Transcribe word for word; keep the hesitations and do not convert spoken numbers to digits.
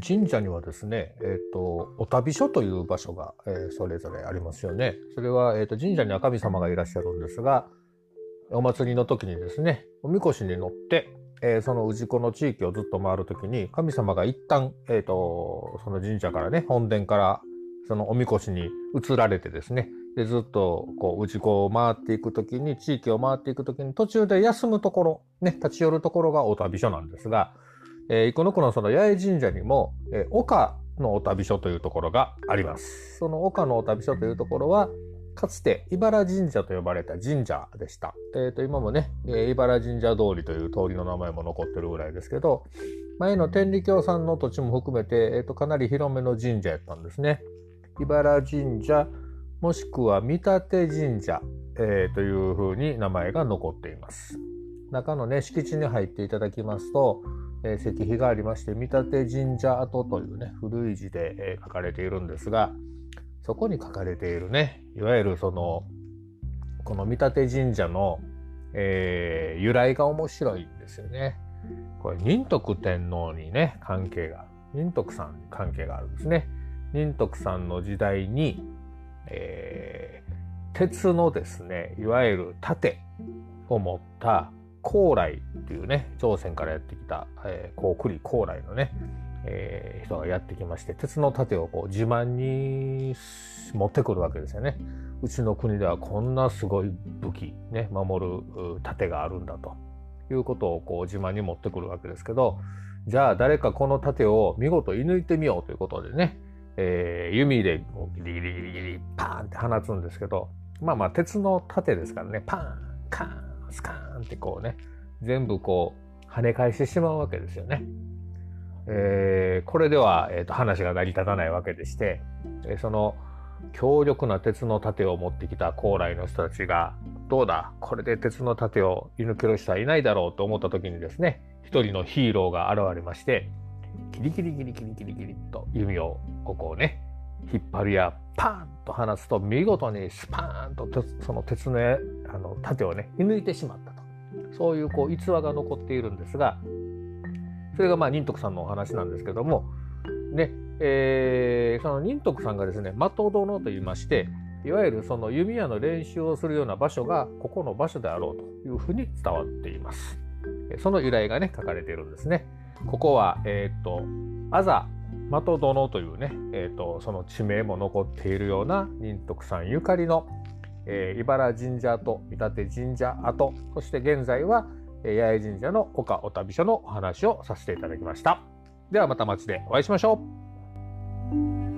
神社にはですね、えっと、お旅所という場所が、えーそれぞれありますよね。それは、えっと、神社には神様がいらっしゃるんですが、お祭りの時にですね、おみこしに乗って、えーその氏子の地域をずっと回る時に、神様が一旦、えっと、その神社からね、本殿からそのおみこしに移られてですね、でずっとこう氏子を回っていく時に、地域を回っていく時に途中で休むところ、ね、立ち寄るところがお旅所なんですが、えー、生野区のその八重神社にも、えー、岡のお旅所というところがあります。その岡のお旅所というところは、かつて茨神社と呼ばれた神社でした。えー、と今もね、えー、茨神社通りという通りの名前も残ってるぐらいですけど、前の天理教さんの土地も含めて、えー、とかなり広めの神社やったんですね。茨神社もしくは御立神社、えー、というふうに名前が残っています。中のね、敷地に入っていただきますと、えー、石碑がありまして、御立神社跡というね、古い字で、えー、書かれているんですが、そこに書かれているね、いわゆるその、この御立神社の、えー、由来が面白いんですよね。これ、仁徳天皇にね、関係がある。仁徳さんに関係があるんですね。仁徳さんの時代に、えー、鉄のですね、いわゆる盾を持った高麗っていうね、朝鮮からやってきた、えー、高句麗高麗のね、えー、人がやってきまして、鉄の盾をこう自慢に持ってくるわけですよね。うちの国ではこんなすごい武器、ね、守る盾があるんだということをこう自慢に持ってくるわけですけど、じゃあ誰かこの盾を見事射抜いてみようということでね、えー、弓でギリギリギリギリパーンって放つんですけど、まあまあ鉄の盾ですからね、パーン、カーン、スカーンってこうね、全部こう跳ね返してしまうわけですよね。えー、これでは、えーと、話が成り立たないわけでして、えー、その強力な鉄の盾を持ってきた高麗の人たちが、どうだ、これで鉄の盾を射抜ける人はいないだろうと思った時にですね、一人のヒーローが現れまして、ギリギリギリギリギリギリと弓をこうね、引っ張るやパーンと放つと、見事にスパーンとその鉄の、あの盾をね、射抜いてしまったと。そういうこう逸話が残っているんですが、それがまあ仁徳さんのお話なんですけども、ね、えー、その仁徳さんがですね、的殿と言いまして、いわゆるその弓矢の練習をするような場所がここの場所であろうというふうに伝わっています。その由来がね、書かれているんですね。ここは、えっと、あざ的殿というね、えっと、その地名も残っているような仁徳さんゆかりの、えー、茨神社跡、御立神社跡、そして現在は八重神社の岡お旅所のお話をさせていただきました。ではまた街でお会いしましょう。